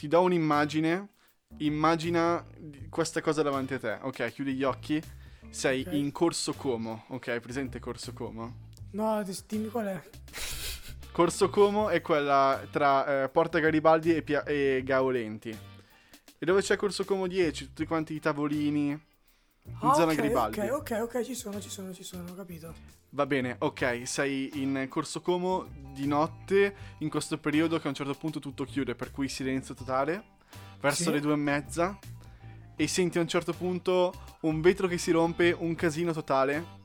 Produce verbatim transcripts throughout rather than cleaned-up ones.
ti do un'immagine. Immagina questa cosa davanti a te. Ok, chiudi gli occhi. Sei Ok. in Corso Como. Ok, presente Corso Como? No, dimmi qual è. Corso Como è quella tra eh, Porta Garibaldi e, Pia- e Gaolenti. E dove c'è Corso Como dieci, tutti quanti i tavolini in Ah, zona ok, Garibaldi. ok, ok, ok, ci sono, ci sono, ci sono, ho capito. Va bene, ok, sei in Corso Como di notte, in questo periodo che a un certo punto tutto chiude, per cui silenzio totale, verso Sì. le due e mezza, e senti a un certo punto un vetro che si rompe, un casino totale,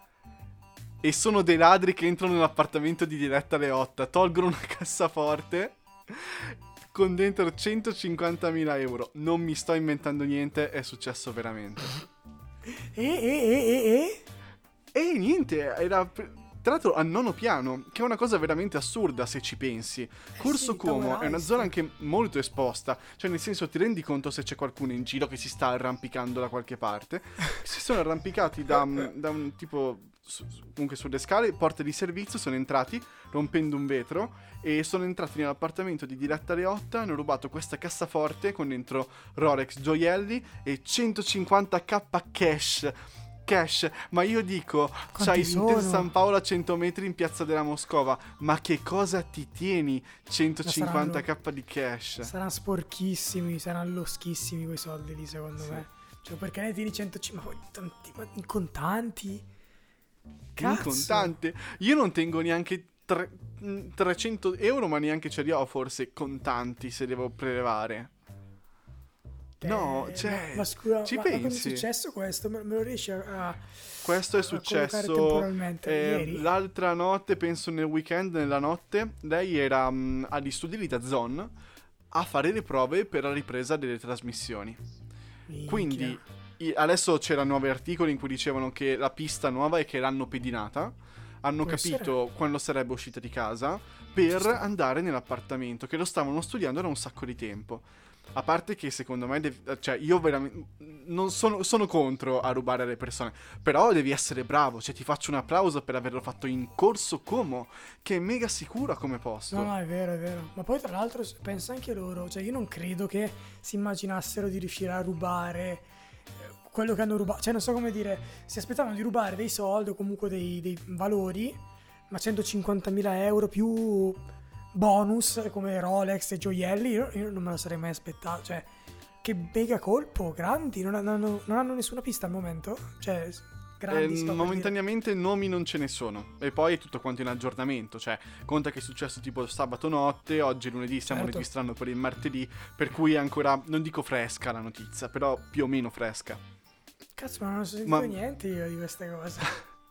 e sono dei ladri che entrano nell'appartamento di Diletta Leotta, tolgono una cassaforte con dentro centocinquantamila euro. Non mi sto inventando niente, è successo veramente. E, e, e, e, e? E niente, era pre- tra l'altro al nono piano, che è una cosa veramente assurda se ci pensi. Corso sì, Como Tower è una Heist. zona anche molto esposta, cioè nel senso ti rendi conto se c'è qualcuno in giro che si sta arrampicando da qualche parte. Si sono arrampicati da, da un tipo, su- comunque sulle scale, porte di servizio, sono entrati rompendo un vetro e sono entrati nell'appartamento di Diletta Leotta, hanno rubato questa cassaforte con dentro Rolex, gioielli e centocinquanta k cash. Cash, ma io dico, Quanti c'hai sono? l'Intesa San Paolo a cento metri in piazza della Moscova, ma che cosa ti tieni centocinquanta k di cash? Saranno sporchissimi, saranno loschissimi quei soldi lì, secondo Sì. me. Cioè, perché ne tieni centocinquanta? Ma poi tanti, ma in contanti? In Cazzo. contante? Io non tengo neanche tre- mh, trecento euro, ma neanche ce li ho forse contanti se devo prelevare. No, Eh, cioè, ma, ma scusa, ci ma, ma quando è pensi? successo questo? Me, me lo riesci a, a- Questo è a collocare successo temporalmente? eh, Ieri? l'altra notte, penso nel weekend, nella notte. Lei era mh, agli studi di DAZN a fare le prove per la ripresa delle trasmissioni. Minchia. Quindi i- adesso c'erano nuovi articoli in cui dicevano che la pista nuova è che l'hanno pedinata. Hanno Può capito quando sarebbe uscita di casa per sta. andare nell'appartamento, che lo stavano studiando da un sacco di tempo. A parte che secondo me, dev- cioè io veramente non sono, sono contro a rubare alle persone, però devi essere bravo, cioè ti faccio un applauso per averlo fatto in Corso Como, che è mega sicura come posto. No, no, è vero, è vero. Ma poi tra l'altro s- pensa anche loro, cioè io non credo che si immaginassero di riuscire a rubare eh, quello che hanno rubato. Cioè non so come dire, si aspettavano di rubare dei soldi o comunque dei, dei valori, ma centocinquantamila euro più bonus come Rolex e gioielli, io, io non me lo sarei mai aspettato. Cioè, che mega colpo, grandi, non hanno, non hanno nessuna pista al momento? Cioè, grandi, Eh, sto per dire. momentaneamente nomi non ce ne sono. E poi è tutto quanto in aggiornamento. Cioè, conta che è successo tipo sabato notte. Oggi è lunedì, stiamo Certo. registrando per il martedì. Per cui è ancora, non dico fresca la notizia, però più o meno fresca. Cazzo, ma non ho sentito Ma- niente io di queste cose.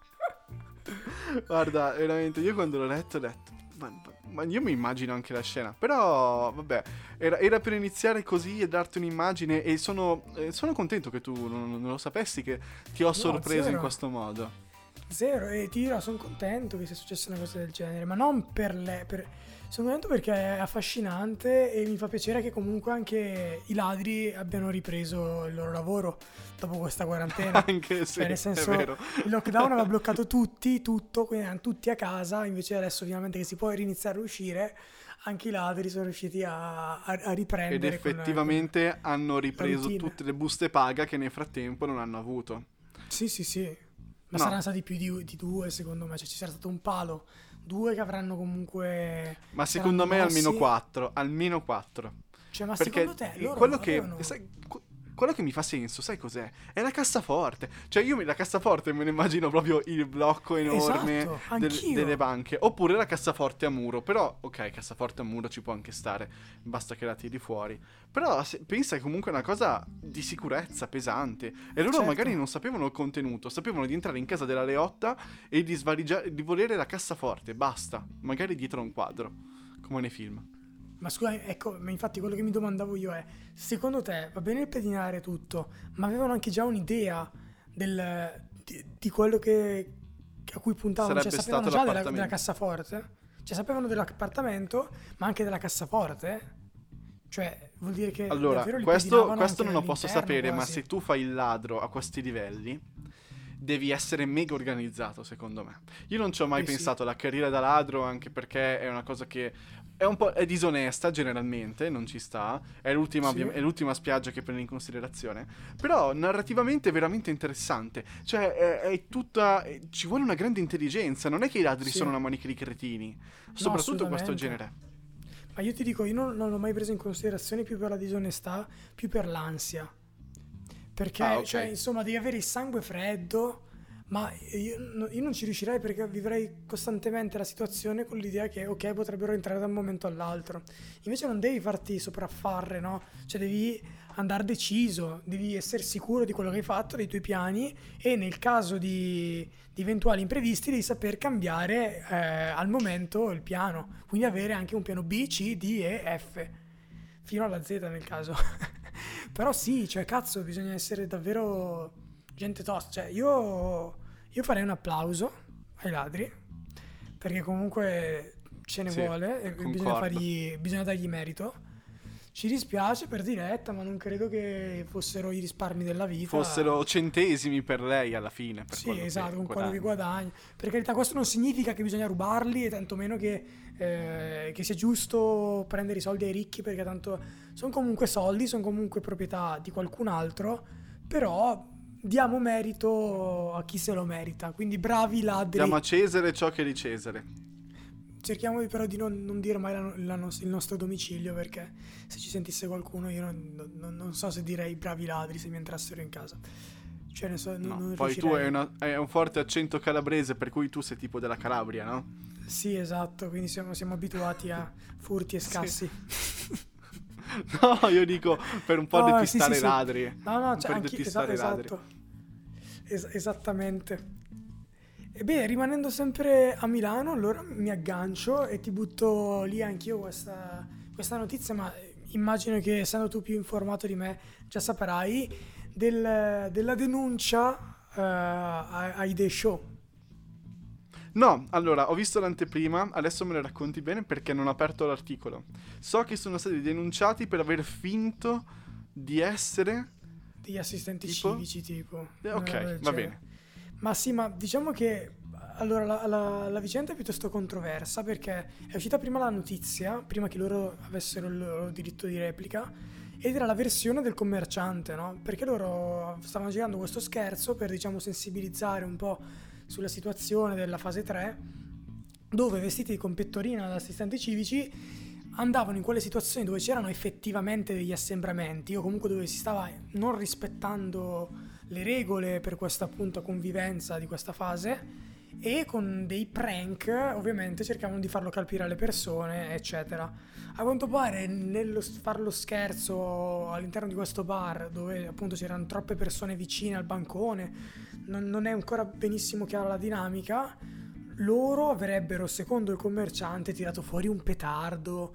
Guarda, veramente, io quando l'ho letto ho detto. Ma, ma io mi immagino anche la scena. Però, vabbè, era, era per iniziare così e darti un'immagine. E sono, eh, sono contento che tu non, non lo sapessi, che ti ho sorpreso in zero. questo modo. Zero, e ti dirò, sono contento che sia successa una cosa del genere, ma non per lei, per... sono contento perché è affascinante e mi fa piacere che comunque anche i ladri abbiano ripreso il loro lavoro dopo questa quarantena. Anche se Cioè, nel senso, è vero. il lockdown aveva bloccato tutti, tutto, quindi erano tutti a casa, invece adesso finalmente che si può riniziare a uscire, anche i ladri sono riusciti a, a, a Ed riprendere. con- effettivamente hanno ripreso routine. tutte le buste paga che nel frattempo non hanno avuto. con- Sì, sì, sì. Ma No. saranno stati più di, di due, secondo me. Cioè, ci sarà stato un palo. Due che avranno comunque. Ma secondo me saranno almeno mossi. quattro, almeno quattro. Cioè, ma Perché secondo te loro quello che avevano- sai, qu- quello che mi fa senso, sai cos'è? È la cassaforte. Cioè io mi- la cassaforte me ne immagino proprio il blocco enorme Esatto, del- anch'io. delle banche. Oppure la cassaforte a muro. Però, ok, cassaforte a muro ci può anche stare. Basta che la tiri fuori. Però se- pensa che comunque è una cosa di sicurezza pesante. E loro Certo. magari non sapevano il contenuto. Sapevano di entrare in casa della Leotta e di svaligiare, di volere la cassaforte. Basta. Magari dietro a un quadro. Come nei film. Ma scusa, ecco, ma infatti quello che mi domandavo io è: secondo te va bene il pedinare tutto, ma avevano anche già un'idea del, di, di quello che a cui puntavano? Sarebbe Cioè, sapevano stato già della, l'appartamento. della cassaforte? Cioè, sapevano dell'appartamento, ma anche della cassaforte? Cioè, vuol dire che Allora, davvero li questo, pedinavano questo anche non lo posso dall'interno, sapere, ma quasi? se tu fai il ladro a questi livelli, devi essere mega organizzato, secondo me. Io non ci ho mai Eh sì. pensato alla carriera da ladro, anche perché è una cosa che è un po' è disonesta generalmente, non ci sta, è l'ultima, Sì. è l'ultima spiaggia che prende in considerazione, però narrativamente è veramente interessante, cioè è, è tutta, è- ci vuole una grande intelligenza, non è che i ladri Sì. sono una manica di cretini, soprattutto questo assolutamente. genere. Ma io ti dico, io non, non l'ho mai preso in considerazione più per la disonestà, più per l'ansia. Perché, Ah, ok. cioè, insomma, devi avere il sangue freddo, ma io, no- io non ci riuscirei perché vivrei costantemente la situazione con l'idea che, ok, potrebbero entrare da un momento all'altro. Invece non devi farti sopraffare, no? Cioè, devi andare deciso, devi essere sicuro di quello che hai fatto, dei tuoi piani e nel caso di, di eventuali imprevisti devi saper cambiare eh, al momento il piano. Quindi avere anche un piano B, C, D e F, fino alla Z nel caso. Però sì, cioè cazzo, bisogna essere davvero gente tosta. Cioè io, io farei un applauso ai ladri, perché comunque ce ne Sì, vuole e bisogna, concordo. fargli, bisogna dargli merito. Ci dispiace per diretta, ma non credo che fossero i risparmi della vita. Fossero centesimi per lei alla fine, per Sì, quello esatto, che con quello che guadagna. guadagni. Per carità, questo non significa che bisogna rubarli e tantomeno che, eh, che sia giusto prendere i soldi ai ricchi, perché tanto sono comunque soldi, sono comunque proprietà di qualcun altro, però diamo merito a chi se lo merita. Quindi bravi ladri. Diamo a Cesare ciò che è di Cesare. Cerchiamo di- però di non, non dire mai la- la nos- il nostro domicilio, perché se ci sentisse qualcuno io non, non- non so se direi bravi ladri se mi entrassero in casa. Cioè, ne so, non, No, non poi tu riuscirei. hai, una- hai un forte accento calabrese, per cui tu sei tipo della Calabria, no? Sì, esatto, quindi siamo, siamo abituati a furti e scassi. No, io dico per un po' No, depistare sì, sì, i sì. ladri. No, no, per cioè, anche, esa- depistare i ladri. esatto. Es- esattamente. E beh, rimanendo sempre a Milano, allora mi aggancio e ti butto lì anch'io questa, questa notizia, ma immagino che essendo tu più informato di me già saprai del- della denuncia eh, a- ai The Show. No, allora, ho visto l'anteprima, adesso me la racconti bene perché non ho aperto l'articolo. So che sono stati denunciati per aver finto di essere... Degli assistenti Tipo? civici, tipo. Eh, una ok, roba del va genere. bene. Ma sì, ma diciamo che allora la, la- la vicenda è piuttosto controversa perché è uscita prima la notizia, prima che loro avessero il loro diritto di replica, ed era la versione del commerciante, no? Perché loro stavano girando questo scherzo per, diciamo, sensibilizzare un po' sulla situazione della fase tre, dove vestiti con pettorina da assistenti civici andavano in quelle situazioni dove c'erano effettivamente degli assembramenti o comunque dove si stava non rispettando le regole per questa appunto convivenza di questa fase e con dei prank ovviamente cercavano di farlo calpire alle persone eccetera. A quanto pare nello s- far lo scherzo all'interno di questo bar dove appunto c'erano troppe persone vicine al bancone, non, non è ancora benissimo chiara la dinamica. Loro avrebbero, secondo il commerciante, tirato fuori un petardo,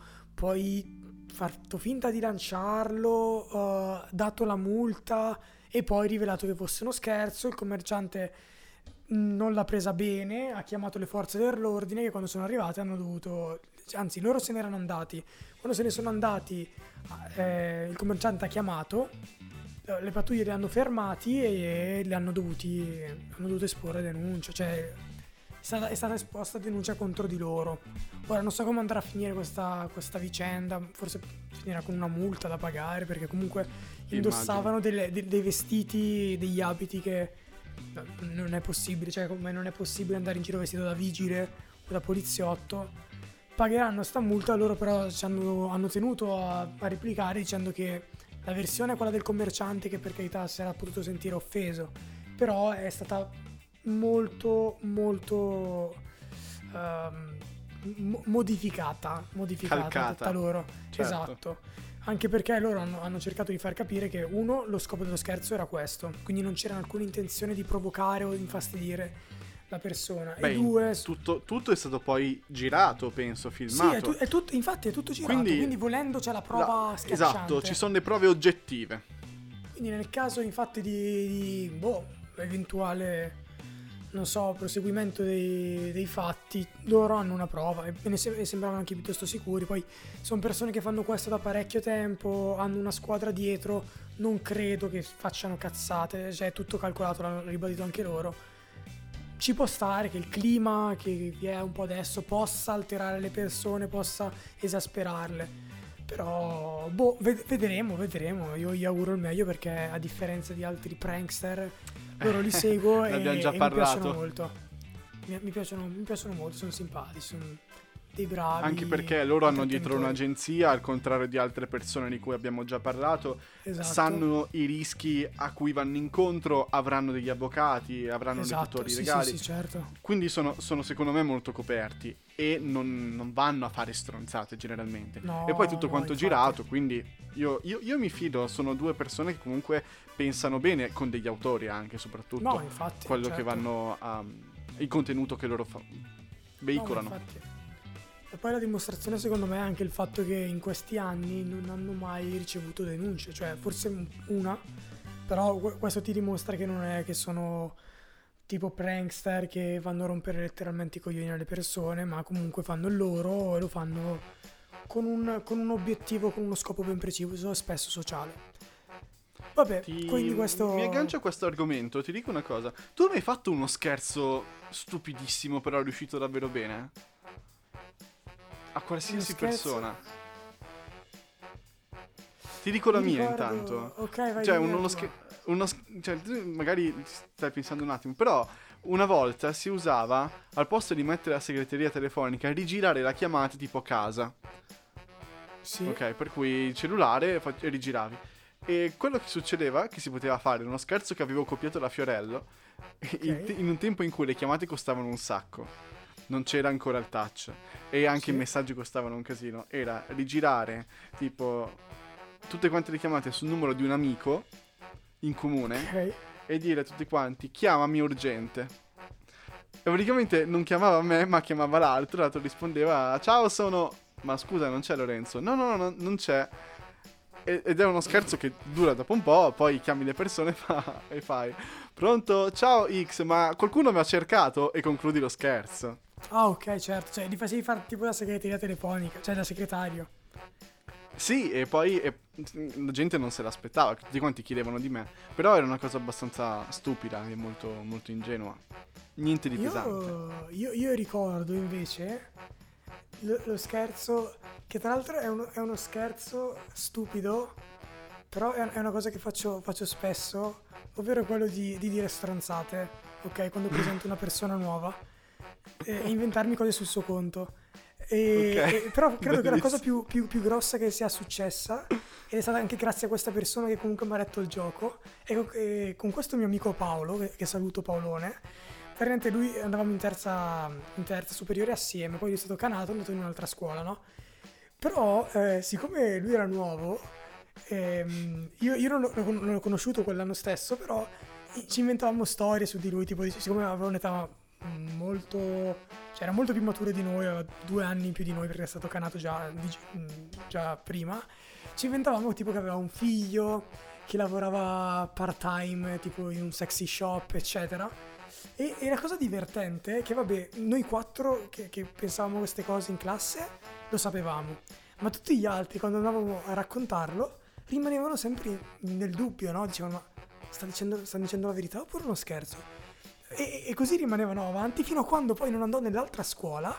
poi fatto finta di lanciarlo, eh, dato la multa e poi rivelato che fosse uno scherzo. Il commerciante non l'ha presa bene, ha chiamato le forze dell'ordine che quando sono arrivate hanno dovuto, anzi loro se ne erano andati, quando se ne sono andati eh, il commerciante ha chiamato, le pattuglie li hanno fermati e li hanno dovuti, hanno dovuto esporre denuncia, cioè è stata, è stata esposta denuncia contro di loro. Ora non so come andrà a finire questa, questa vicenda, forse finirà con una multa da pagare perché comunque indossavano delle- de- dei vestiti, degli abiti che no, non è possibile, cioè come non è possibile andare in giro vestito da vigile o da poliziotto. Pagheranno sta multa, loro però ci hanno, hanno tenuto a, a replicare dicendo che la versione è quella del commerciante che per carità si era potuto sentire offeso, però è stata molto molto ehm, mo- modificata modificata Calcata. detta loro. Certo. Esatto, anche perché loro hanno, hanno cercato di far capire che uno, lo scopo dello scherzo era questo, quindi non c'era alcuna intenzione di provocare o infastidire la persona. Beh, e due tutto, tutto è stato poi girato, penso, sì, filmato. è, tu- è tutto, infatti è tutto girato, Quindi- quindi, volendo c'è la prova La- schiacciante. esatto, ci sono le prove oggettive. Quindi nel caso infatti di, di boh, eventuale, non so, proseguimento dei, dei fatti, loro hanno una prova e, ne se- e sembravano anche piuttosto sicuri. Poi sono persone che fanno questo da parecchio tempo, hanno una squadra dietro, non credo che facciano cazzate, cioè è tutto calcolato, l'hanno ribadito anche loro. ci può stare che il clima che vi è un po' adesso possa alterare le persone, possa esasperarle, però boh, ved- vedremo, vedremo. Io gli auguro il meglio perché a differenza di altri prankster loro li seguo e, Abbiamo già e mi parlato. piacciono molto. Mi, mi piacciono, mi piacciono molto, sono simpatici, sono dei bravi. Anche perché loro hanno dietro intrattenitori. un'agenzia, al contrario di altre persone di cui abbiamo già parlato, Esatto. sanno i rischi a cui vanno incontro, avranno degli avvocati, avranno Esatto, dei tutori sì, legali, sì, sì, certo. quindi sono, sono secondo me molto coperti e non, non vanno a fare stronzate generalmente. No, e poi tutto no, quanto infatti. girato, quindi io, io, io mi fido, sono due persone che comunque pensano bene, con degli autori anche soprattutto, No, infatti, quello certo. che vanno a... il contenuto che loro fa, veicolano. No, infatti. E poi la dimostrazione secondo me è anche il fatto che in questi anni non hanno mai ricevuto denunce, cioè forse una, però que- questo ti dimostra che non è che sono tipo prankster che vanno a rompere letteralmente i coglioni alle persone, ma comunque fanno il loro e lo fanno con un, con un obiettivo, con uno scopo ben preciso, spesso sociale. Vabbè, Ti- quindi questo... Mi aggancio a questo argomento, ti dico una cosa. Tu mi hai fatto uno scherzo stupidissimo, però è riuscito davvero bene? A qualsiasi Uno scherzo? persona. Ti dico la Mi mia ricordo- intanto. Ok, vai. Cioè, dimmi uno, la sch- tua. uno sch- cioè, tu magari stai pensando un attimo, però una volta si usava, al posto di mettere la segreteria telefonica, rigirare la chiamata tipo a casa. Sì. Ok, per cui il cellulare fa- e rigiravi. E quello che succedeva, che si poteva fare, uno scherzo che avevo copiato da Fiorello, in, te- in un tempo in cui le chiamate costavano un sacco, non c'era ancora il touch, e anche Sì. i messaggi costavano un casino, era rigirare tipo tutte quante le chiamate sul numero di un amico in comune Ok. e dire a tutti quanti chiamami urgente. E praticamente non chiamava me, ma chiamava l'altro, l'altro rispondeva ciao sono... Ma scusa, non c'è Lorenzo? No, no, no, no, non c'è. E- Ed è uno scherzo che dura dopo un po', poi chiami le persone e fa- e fai pronto? Ciao X, ma qualcuno mi ha cercato? E concludi lo scherzo. Ah, ok, certo. Cioè, li facevi fare tipo la segreteria telefonica, cioè da segretario. Sì, e poi e- la gente non se l'aspettava, tutti quanti chiedevano di me. Però era una cosa abbastanza stupida e molto, molto ingenua. Niente di pesante. Io, io, io ricordo invece lo, lo scherzo, che tra l'altro è uno, è uno scherzo stupido, però è, è una cosa che faccio, faccio spesso, ovvero quello di, di dire stronzate, ok? Quando presento una persona nuova e e inventarmi cose sul suo conto. E, Ok, e- però credo che la cosa bellissimo. più, più- più grossa che sia successa ed è stata anche grazie a questa persona che comunque mi ha retto il gioco e con, e con questo mio amico Paolo, che, che saluto Paolone, praticamente lui andavamo in terza, in terza superiore assieme, poi lui è stato canato, è andato in un'altra scuola, no? Però eh, siccome lui era nuovo, ehm, io, io non, l'ho, non l'ho conosciuto quell'anno stesso, però ci inventavamo storie su di lui, tipo siccome aveva un'età mm, molto, cioè era molto più maturo di noi, aveva due anni in più di noi perché è stato canato già, di- mm, già prima, ci inventavamo tipo che aveva un figlio, che lavorava part time tipo in un sexy shop eccetera. E, e la cosa divertente è che vabbè, noi quattro che, che pensavamo queste cose in classe lo sapevamo, ma tutti gli altri quando andavamo a raccontarlo rimanevano sempre nel dubbio, no? Dicevano ma sta dicendo, sta dicendo la verità oppure uno scherzo? E, e così rimanevano avanti fino a quando poi non andò nell'altra scuola.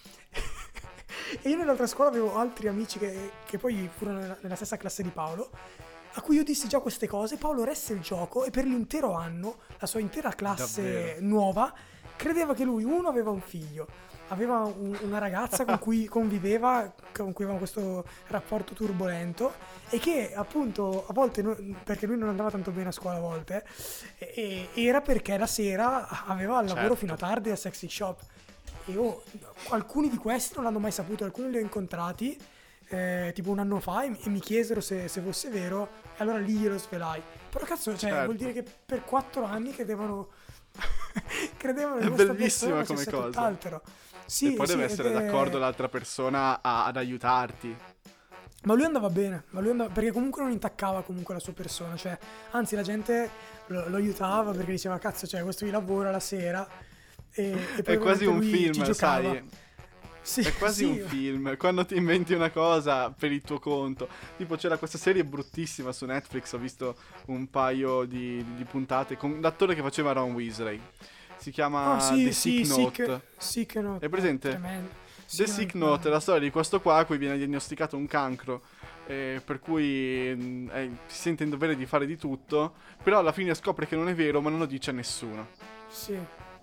E io nell'altra scuola avevo altri amici che, che poi furono nella, nella stessa classe di Paolo, a cui io dissi già queste cose. Paolo resse il gioco e per l'intero anno la sua intera classe Davvero? nuova credeva che lui, uno, aveva un figlio, aveva un- una ragazza con cui conviveva, con cui aveva questo rapporto turbolento, e che appunto a volte, no- perché lui non andava tanto bene a scuola a volte, e, e era perché la sera aveva il lavoro Certo. fino a tardi al sexy shop. E oh, alcuni di questi non l'hanno mai saputo, alcuni li ho incontrati eh, tipo un anno fa e mi, e mi chiesero se, se fosse vero, e allora lì glielo svelai. Però cazzo, cioè, Certo. vuol dire che per quattro anni credevano credevano È in questa bellissima persona come facesse cosa. tutt'altro. Sì, E poi sì, deve ed essere è- d'accordo l'altra persona a- ad aiutarti. Ma lui andava bene, ma lui andava, perché comunque non intaccava comunque la sua persona, cioè, anzi la gente lo, lo aiutava perché diceva cazzo, cioè, questo vi lavora la sera e, e poi È quasi un ovviamente lui ci film, giocava. sai? Sì, È quasi sì. un film, quando ti inventi una cosa per il tuo conto. Tipo c'era questa serie bruttissima su Netflix, ho visto un paio di, di puntate con l'attore che faceva Ron Weasley. Si chiama Ah, sì, The sì, Sick Note. Sick, Sick Note. È presente? Tremendo. Sì, The no, Sick no. Note è la storia di questo qua a cui viene diagnosticato un cancro, eh, per cui mm, eh, si sente in dovere di fare di tutto, però alla fine scopre che non è vero, ma non lo dice a nessuno. Sì.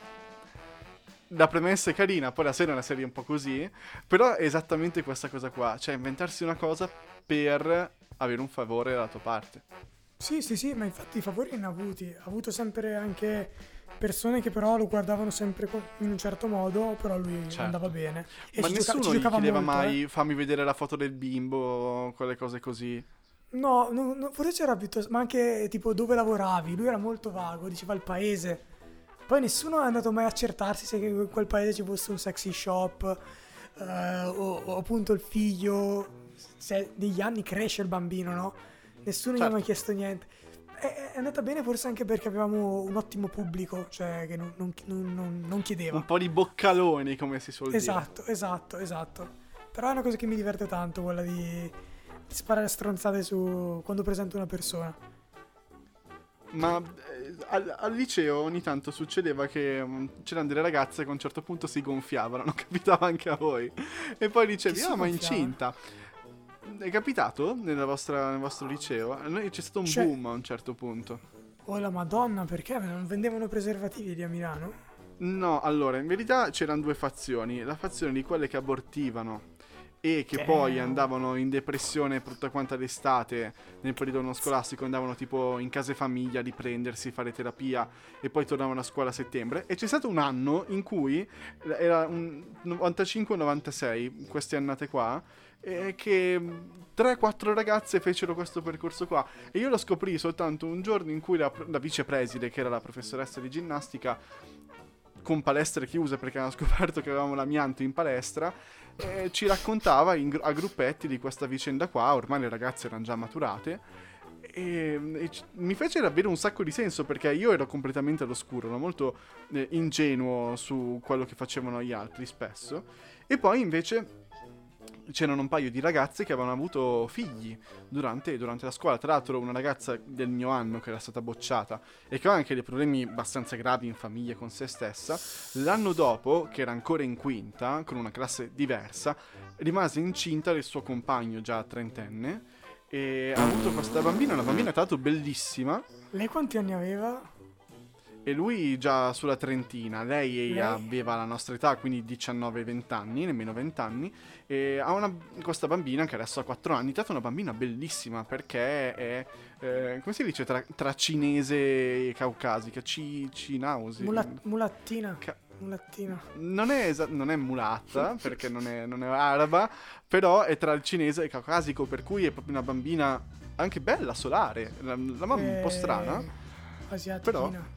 La premessa è carina, poi la serie è una serie un po' così, però è esattamente questa cosa qua, cioè inventarsi una cosa per avere un favore dalla tua parte. Sì, sì, sì, ma infatti i favori ne ha avuti. Ha avuto sempre anche persone che però lo guardavano sempre co- in un certo modo, però lui Certo. andava bene. E Ma ci gioca- nessuno ci gli giocava chiedeva molto, eh. mai fammi vedere la foto del bimbo, quelle cose così. No, no, no, forse c'era piuttosto, ma anche tipo dove lavoravi. Lui era molto vago, diceva il paese. Poi nessuno è andato mai a accertarsi se in quel paese ci fosse un sexy shop, eh, o, o appunto il figlio, se degli anni cresce il bambino, no? Nessuno gli ha Certo. mai chiesto niente. È, è andata bene forse anche perché avevamo un ottimo pubblico, cioè che non, non- non- non- non chiedeva. Un po' di boccaloni, come si suol dire. Esatto, esatto, esatto. Però è una cosa che mi diverte tanto, quella di, di sparare stronzate su quando presento una persona. Ma eh, al, al liceo ogni tanto succedeva che mm, c'erano delle ragazze che a un certo punto si gonfiavano, non capitava anche a voi. E poi dicevi, Chi si ah, ma è gonfiava? incinta. È capitato nella vostra- nel vostro liceo? A noi c'è stato un Cioè- boom a un certo punto. Oh la madonna, perché non vendevano preservativi lì a Milano? No, allora, in verità c'erano due fazioni. La fazione di quelle che abortivano e che Damn. poi andavano in depressione per tutta quanta l'estate, nel periodo non scolastico, andavano tipo in case famiglia a riprendersi, fare terapia e poi tornavano a scuola a settembre. E c'è stato un anno in cui, era un novantacinque novantasei, queste annate qua, eh, che tre quattro ragazze fecero questo percorso qua. E io lo scoprì soltanto un giorno in cui la, la vicepreside, che era la professoressa di ginnastica, con palestre chiuse perché avevano scoperto che avevamo l'amianto in palestra, eh, ci raccontava in gr- a gruppetti di questa vicenda qua. Ormai le ragazze erano già maturate e, e c- mi fece davvero un sacco di senso, perché io ero completamente all'oscuro, ero molto eh, ingenuo su quello che facevano gli altri spesso. E poi invece c'erano un paio di ragazze che avevano avuto figli durante, durante la scuola. Tra l'altro una ragazza del mio anno che era stata bocciata e che aveva anche dei problemi abbastanza gravi in famiglia con se stessa, l'anno dopo, che era ancora in quinta, con una classe diversa, rimase incinta del suo compagno già trentenne e ha avuto questa bambina, una bambina tra l'altro bellissima. Lei quanti anni aveva? E lui già sulla trentina, lei, Lei? aveva la nostra età, quindi diciannove venti anni, nemmeno venti anni, e ha una, questa bambina che adesso ha quattro anni, è una bambina bellissima perché è, eh, come si dice, tra, tra cinese e caucasica, ci, cinausi. Mula- mulattina. Ca- Mulattina. non è, esa- non è mulatta, perché non è, non è araba, però è tra il cinese e il caucasico, per cui è proprio una bambina anche bella, solare, la, la mamma un po' strana, Eh, Asiatina. però-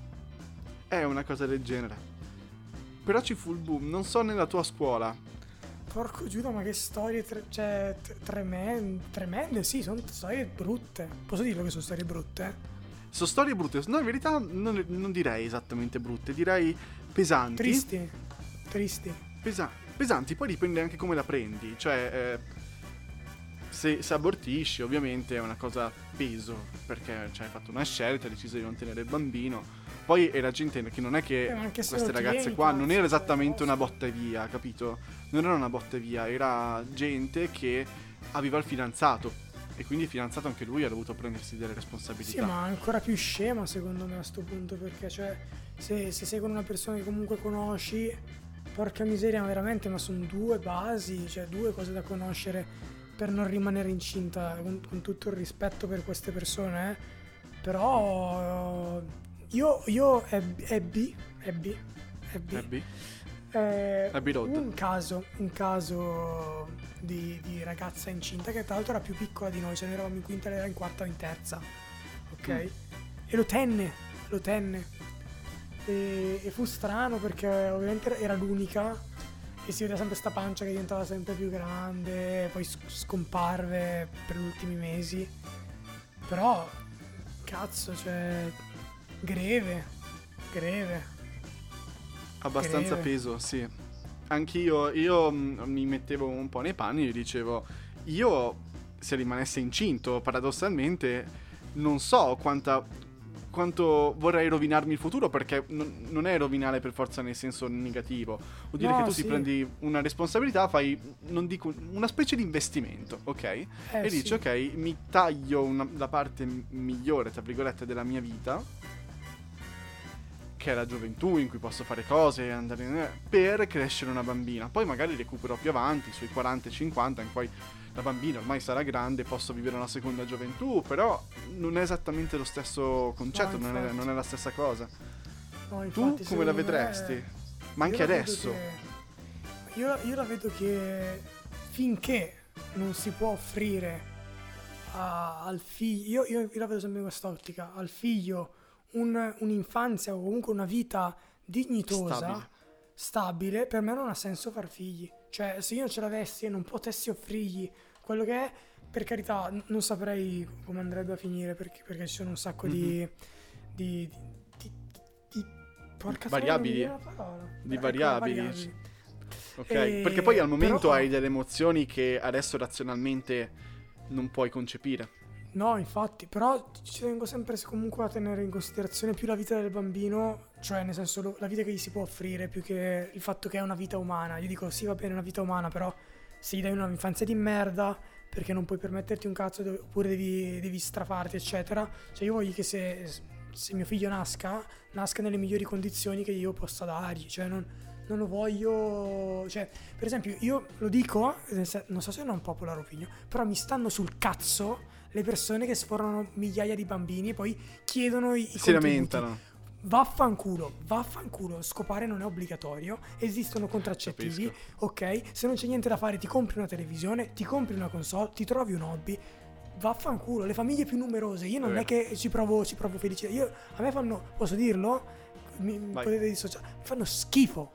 è una cosa del genere. Però ci fu il boom, non so nella tua scuola. Porco Giuda, ma che storie tre- cioè, t- tremende, tremende, sì, sono storie brutte. Posso dirlo che sono storie brutte? Sono storie brutte, no, in verità non, non direi esattamente brutte, direi pesanti. Tristi, tristi. Pesa- pesanti, poi dipende anche come la prendi. Cioè, eh, se, se abortisci ovviamente è una cosa peso, perché cioè, hai fatto una scelta, hai deciso di non tenere il bambino. Poi era gente che non è che Eh, ma anche se queste lo ragazze tieni, qua cazzo, non era cioè, esattamente una posso. botta e via, capito? Non era una botta e via, era gente che aveva il fidanzato e quindi il fidanzato anche lui ha dovuto prendersi delle responsabilità. Sì, ma ancora più scema secondo me a sto punto, perché cioè se, se sei con una persona che comunque conosci, porca miseria, ma veramente, ma sono due basi, cioè due cose da conoscere per non rimanere incinta, con, con tutto il rispetto per queste persone, eh. Però io, io ebbi, ebbi, ebbi, ebbi, Abby? eh, Abbey Road. un caso, un caso di, di ragazza incinta che tra l'altro era più piccola di noi, cioè noi eravamo in quinta, lei era in quarta o in terza, ok? Mm. E lo tenne, lo tenne. E, e fu strano perché ovviamente era l'unica e si vedeva sempre sta pancia che diventava sempre più grande, poi sc- scomparve per gli ultimi mesi. Però, cazzo, cioè, greve, greve. Abbastanza Greve. peso, sì. Anch'io, io mh, mi mettevo un po' nei panni e dicevo, io se rimanesse incinto, paradossalmente, non so quanta quanto vorrei rovinarmi il futuro, perché non, non è rovinare per forza nel senso negativo. Vuol dire No, che tu sì. ti prendi una responsabilità, fai, non dico, una specie di investimento, ok? Eh, e dici, sì. ok, mi taglio una, la parte migliore, tra virgolette, della mia vita, che è la gioventù in cui posso fare cose, andare in... per crescere una bambina. Poi magari recupero più avanti, sui quaranta cinquanta, in cui la bambina ormai sarà grande, posso vivere una seconda gioventù, però non è esattamente lo stesso concetto, No, non, è, infatti. non è la stessa cosa. No, Tu infatti, come la secondo me- vedresti? Ma io anche la vedo adesso. che- Io, la- io la vedo che finché non si può offrire a- al figlio, io, io la vedo sempre in quest'ottica, al figlio un- un'infanzia o comunque una vita dignitosa, Stabile. stabile, per me non ha senso far figli. Cioè, se io non ce l'avessi e non potessi offrirgli quello che è, per carità, n- non saprei come andrebbe a finire, perché, perché ci sono un sacco di, di, di, di- porca troia, non mi Variabili. viene la parola. Di Ecco, variabili. Ok, E- perché poi al momento però- hai delle emozioni che adesso razionalmente non puoi concepire. No, infatti, però ci tengo sempre se- comunque a tenere in considerazione più la vita del bambino, cioè nel senso lo- la vita che gli si può offrire, più che il fatto che è una vita umana. Io dico sì, va bene, è una vita umana, però se gli dai un'infanzia di merda, perché non puoi permetterti un cazzo, dove- oppure devi, devi strafarti, eccetera. Cioè io voglio che se, se mio figlio nasca, nasca nelle migliori condizioni che io possa dargli, cioè non, non lo voglio... Cioè, per esempio, io lo dico, nel sen- non so se è un popular opinion, però mi stanno sul cazzo le persone che sforano migliaia di bambini e poi chiedono i, i Si contributi. lamentano. Vaffanculo, vaffanculo, scopare non è obbligatorio, esistono contraccettivi, Capisco. ok? Se non c'è niente da fare ti compri una televisione, ti compri una console, ti trovi un hobby, vaffanculo, le famiglie più numerose, io non È è che ci provo, ci provo felicità, io, a me fanno, posso dirlo? Mi, Vai. potete dissociare, mi fanno schifo.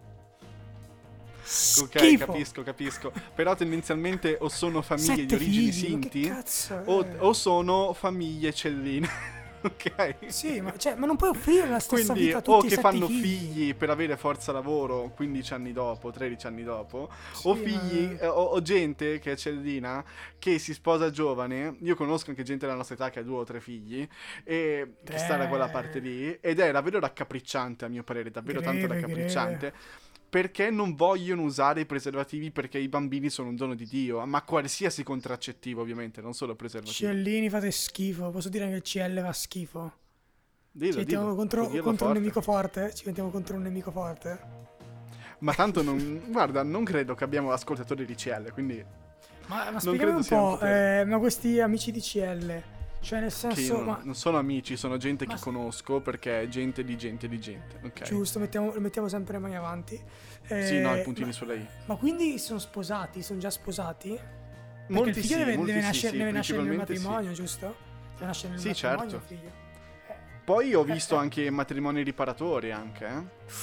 Ok, Schifo. capisco, capisco. Però tendenzialmente o sono famiglie di Sette origini figli, ma che Sinti cazzo o, è? o sono famiglie celline. Ok? Sì, ma, cioè, ma non puoi offrire la stessa Quindi vita a o tutti i che sette fanno figli. figli per avere forza lavoro quindici anni dopo, tredici anni dopo, Sì, o ma- figli eh, o, o gente che è cellina che si sposa giovane. Io conosco anche gente della nostra età che ha due o tre figli e che Eh. sta da quella parte lì, ed è davvero raccapricciante a mio parere, davvero tanto Greve, raccapricciante. Perché non vogliono usare i preservativi, perché i bambini sono un dono di Dio, ma qualsiasi contraccettivo ovviamente, non solo preservativi. Ciellini fate schifo, posso dire che il C L va schifo. Dillo, Ci mettiamo dillo, contro, puoi dirlo contro un forte. nemico forte? Ci mettiamo contro un nemico forte? Ma tanto non... guarda, non credo che abbiamo ascoltatori di C L, quindi... Ma, ma Non spiegami credo un sia un po', potere. eh, ma questi amici di C L, cioè nel Che senso, io non, ma non sono amici, sono gente Ma che s- conosco, perché è gente di gente di gente, ok? giusto, mettiamo, mettiamo sempre le mani avanti. Eh, Sì, no, i puntini ma, sulle i. ma quindi sono sposati, sono già sposati? Perché Molti il figlio sì, deve, molti deve sì, nascere, sì, deve nascere nel principalmente sì. matrimonio, giusto? Deve nascere nel Sì, matrimonio certo. il figlio. Eh, Poi ho visto anche matrimoni riparatori anche, eh?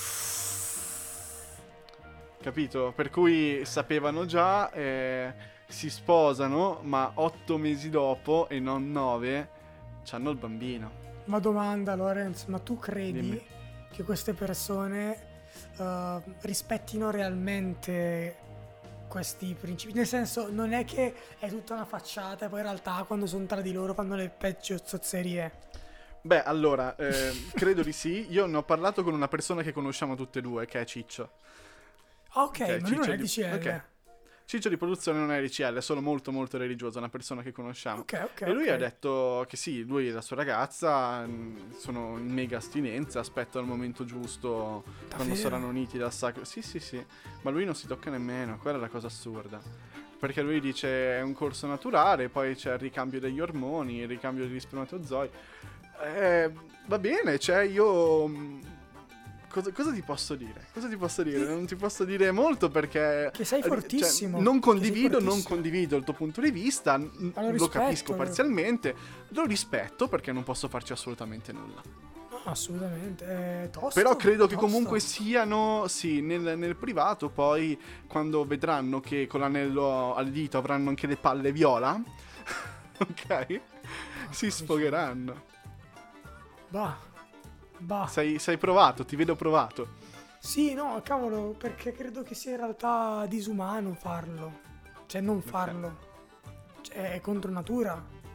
Capito? Per cui sapevano già, eh, si sposano, ma otto mesi dopo e non nove c'hanno il bambino. Ma domanda, Lorenz, ma tu credi Dimmi. che queste persone eh, rispettino realmente questi principi? Nel senso, non è che è tutta una facciata e poi in realtà quando sono tra di loro fanno le peggio zozzerie. Beh, allora, eh, credo di sì. Io ne ho parlato con una persona che conosciamo tutte e due, che è Ciccio. Ah, ok, Ok, ma lui non Ciccio è di- di C L. ok. Ciccio di produzione non è di C L, è solo molto molto religioso, è una persona che conosciamo. Ok, ok. E lui ok. ha detto che sì, lui e la sua ragazza mh, sono in mega astinenza, aspettano il momento giusto quando Davvero? saranno uniti dal sacro. Sì, sì, sì, ma lui non si tocca nemmeno, quella è la cosa assurda. Perché lui dice è un corso naturale, poi c'è il ricambio degli ormoni, il ricambio degli spermatozoi. Eh, va bene, cioè io... mh, Cosa, cosa ti posso dire? Cosa ti posso dire? Non ti posso dire molto perché... Che sei eh, cioè, fortissimo. non che sei condivido, non fortissimo. condivido il tuo punto di vista, n- Ma lo lo rispetto, capisco lo- parzialmente, lo rispetto perché non posso farci assolutamente nulla. No, assolutamente. È tosto, Però credo che tosto. comunque siano, sì, nel, nel privato poi quando vedranno che con l'anello al dito avranno anche le palle viola, ok? Si sfogheranno. Bah. Bah. Sei, sei provato, ti vedo provato. Sì, no, cavolo, perché credo che sia in realtà disumano farlo. Cioè, non farlo. Cioè, è contro natura.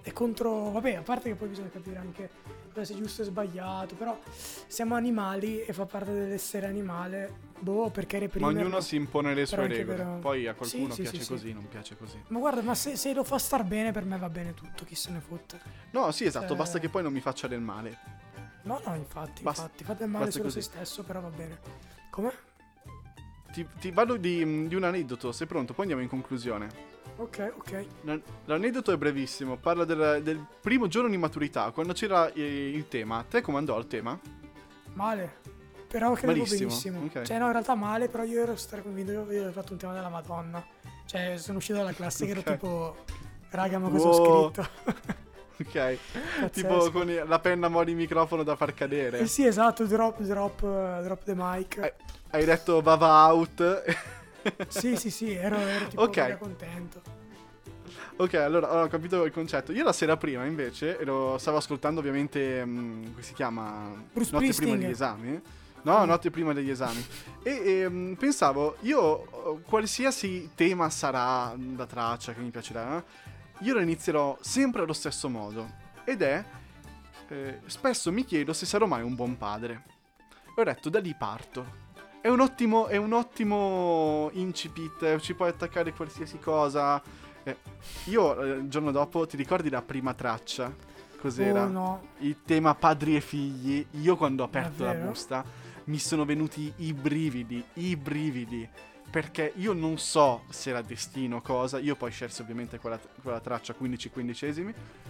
è contro, vabbè, a parte che poi bisogna capire anche cosa sia giusto e sbagliato, però siamo animali e fa parte dell'essere animale, boh, perché Ma reprimere. ognuno si impone le sue però anche regole. per- Poi a qualcuno Sì, sì, piace sì, così, sì. non piace così. Ma guarda, ma se, se lo fa star bene, per me va bene tutto, chi se ne fotte. No, sì, esatto, Cioè- basta che poi non mi faccia del male. No, no, infatti, Basta- infatti, fa del male basta solo così. se stesso, però va bene. Come? Ti, ti parlo di, di un aneddoto, sei pronto? Poi andiamo in conclusione. Ok, ok. L- L'aneddoto è brevissimo, parla del, del primo giorno di maturità, quando c'era eh, il tema. Te come andò il tema? Male. Però credevo Malissimo, benissimo. ok. Cioè, no, in realtà male, però io ero straconvinto che avevo fatto un tema della Madonna. Cioè, sono uscito dalla classe che ero Ok. tipo... Raga, ma cosa Wow. ho scritto? Ok, Pazzesco. tipo con i- la penna modi microfono da far cadere. Eh sì, esatto, drop, drop, eh, drop the mic. Eh. Hai detto Vava out. Sì, sì, sì, ero, ero tipo Ok. mega contento. Ok, allora allora, ho capito il concetto. Io la sera prima invece ero, stavo ascoltando ovviamente, mh, come si chiama? Bruce Notte prima Springsteen. degli esami. No, Mm. notte prima degli esami. E, e, mh, pensavo, io qualsiasi tema sarà da traccia che mi piacerà, io lo inizierò sempre allo stesso modo. Ed è, eh, spesso mi chiedo se sarò mai un buon padre. E ho detto, da lì parto. È un ottimo, è un ottimo incipit, ci puoi attaccare qualsiasi cosa. Eh, io eh, il giorno dopo, ti ricordi la prima traccia? Cos'era? Oh no. Il tema padri e figli. Io quando ho aperto la Davvero? busta mi sono venuti i brividi, i brividi. Perché io non so se era destino o cosa. Io poi scelsi ovviamente quella, quella traccia quindici quindicesimi.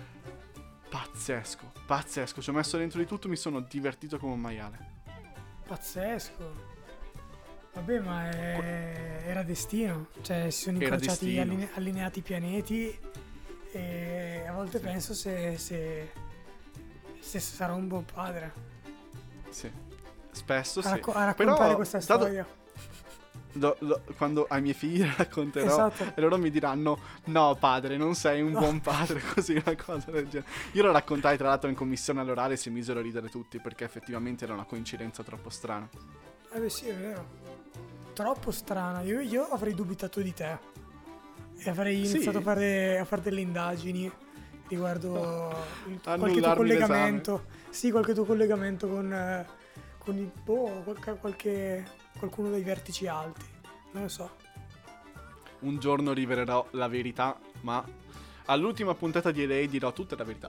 Pazzesco, pazzesco. Ci ho messo dentro di tutto, mi sono divertito come un maiale. Pazzesco. Vabbè, ma è- era destino. Cioè, si sono Era incrociati, destino. alline- allineati i pianeti. E a volte penso se, se, se sarò un buon padre. Sì. Spesso A, sì. racco- a raccontare Però, questa dato- storia. lo- lo- quando ai miei figli la racconterò, Esatto. e loro mi diranno: no padre, non sei un No. buon padre. Così, una cosa del genere. Io lo raccontai tra l'altro in commissione all'orale e si misero a ridere tutti, perché effettivamente era una coincidenza troppo strana. Eh beh, sì, è vero. Troppo strana. Io, io avrei dubitato di te. E avrei Sì. iniziato a fare, a fare delle indagini riguardo il- qualche tuo Annullarmi collegamento. Sì, qualche tuo collegamento con, eh, con il, boh, qualche, qualche- qualcuno dei vertici alti. Non lo so. Un giorno rivelerò la verità, ma all'ultima puntata di L A dirò tutta la verità.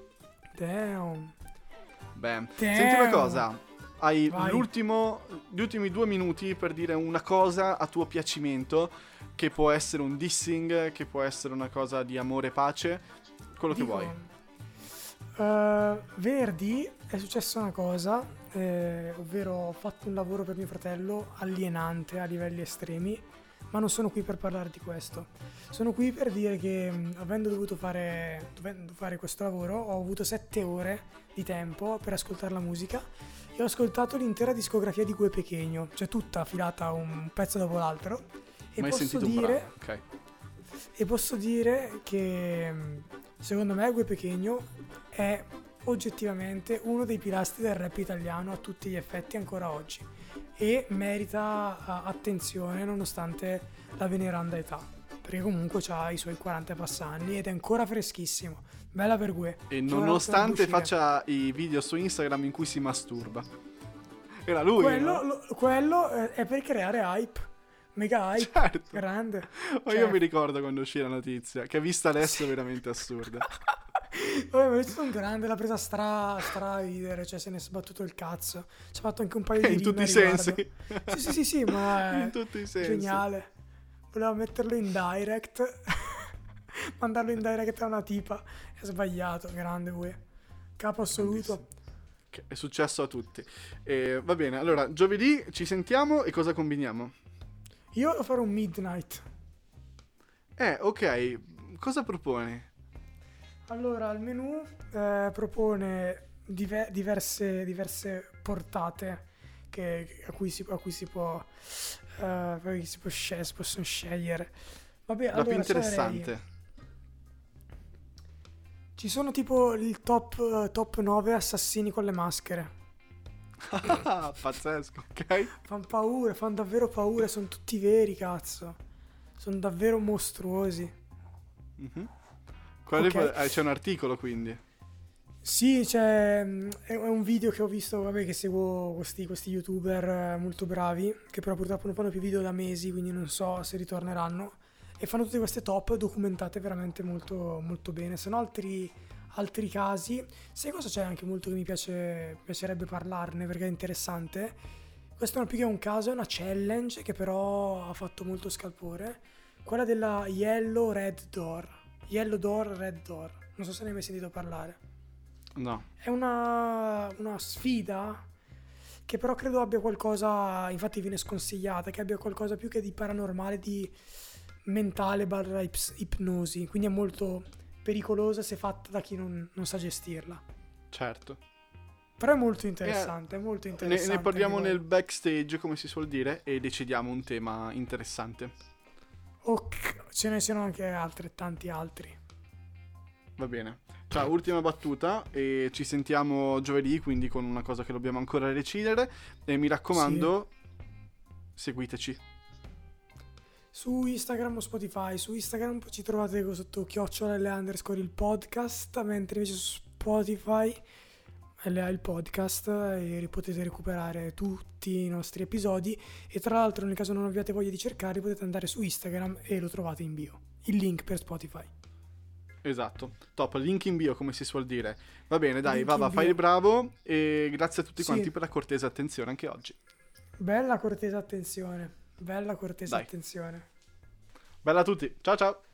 Damn. Beh, Damn. senti una cosa. Hai Vai. l'ultimo, gli ultimi due minuti per dire una cosa a tuo piacimento, che può essere un dissing, che può essere una cosa di amore e pace, quello che Dico, vuoi. eh, Verdi è successa una cosa, eh, ovvero ho fatto un lavoro per mio fratello alienante a livelli estremi, ma non sono qui per parlare di questo. Sono qui per dire che mh, avendo dovuto fare, dovendo fare questo lavoro ho avuto sette ore di tempo per ascoltare la musica e ho ascoltato l'intera discografia di Gue Pequeno, cioè tutta filata un pezzo dopo l'altro. E Mai posso sentito un dire... brano? Ok. E posso dire che mh, secondo me Gue Pequeno è oggettivamente uno dei pilastri del rap italiano a tutti gli effetti ancora oggi e merita uh, attenzione nonostante la veneranda età, perché comunque ha i suoi quaranta passanni ed è ancora freschissimo. Bella per Gue. E Solo nonostante per uscire. faccia i video su Instagram in cui si masturba. Era lui, quello, no? lo- quello è è per creare hype, mega hype, Certo. grande. Ma Cioè, io mi ricordo quando uscì la notizia, che vista adesso è veramente assurda. Vabbè, ma è stato un grande, l'ha presa stra, stra a ridere, cioè se ne è sbattuto il cazzo. Ci ha fatto anche un paio di In rime tutti a i riguardo. sensi. Sì, sì, sì, sì, ma è In tutti i sensi. geniale. Voleva metterlo in direct, mandarlo in direct a una tipa. È sbagliato, grande voi. Capo assoluto. Che è successo a tutti. E, va bene, allora, giovedì ci sentiamo e cosa combiniamo? Io devo fare un midnight. Eh, ok, cosa proponi? Allora, il menù eh, propone dive- diverse, diverse portate che, a, cui si, a cui si può, eh, poi si, può scel- si possono scegliere. Vabbè, La allora, più sarei- interessante. Ci sono tipo il top, top nove assassini con le maschere. Ah, pazzesco, ok? Fanno paura, fanno davvero paura, sono tutti veri, cazzo. Sono davvero mostruosi. Mhm. Quello Ok. è- c'è un articolo, quindi. Sì, c'è, è è un video che ho visto, vabbè, che seguo questi, questi youtuber eh, molto bravi, che però purtroppo non fanno più video da mesi, quindi non so se ritorneranno. E fanno tutte queste top documentate veramente molto, molto bene. Se no altri, altri casi, sai cosa c'è anche molto che mi piace, piacerebbe parlarne perché è interessante? Questo non è più che un caso, è una challenge che però ha fatto molto scalpore. Quella della Yellow Red Door. Yellow Door, Red Door. Non so se ne hai mai sentito parlare. No. È una, una sfida che però credo abbia qualcosa, infatti viene sconsigliata, che abbia qualcosa più che di paranormale, di mentale barra ips- ipnosi, quindi è molto pericolosa se fatta da chi non, non sa gestirla. Certo. Però è molto interessante, è molto Ne, interessante. ne parliamo anche nel quello. backstage, come si suol dire, e decidiamo un tema interessante. Ok, ce ne sono anche altrettanti altri. Va bene. Ciao, ultima battuta e ci sentiamo giovedì, quindi con una cosa che dobbiamo ancora decidere. E mi raccomando, seguiteci. Su Instagram o Spotify. Su Instagram ci trovate sotto chiocciola L A underscore il podcast, mentre invece su Spotify L A il podcast e potete recuperare tutti i nostri episodi. E tra l'altro, nel caso non abbiate voglia di cercare, potete andare su Instagram e lo trovate in bio, il link per Spotify. Esatto. Top, link in bio, come si suol dire. Va bene, dai, Link va, in va, fai bio. il bravo e grazie a tutti Sì. quanti per la cortese attenzione anche oggi. Bella cortese attenzione, bella cortese Dai. attenzione. Bella a tutti, ciao ciao!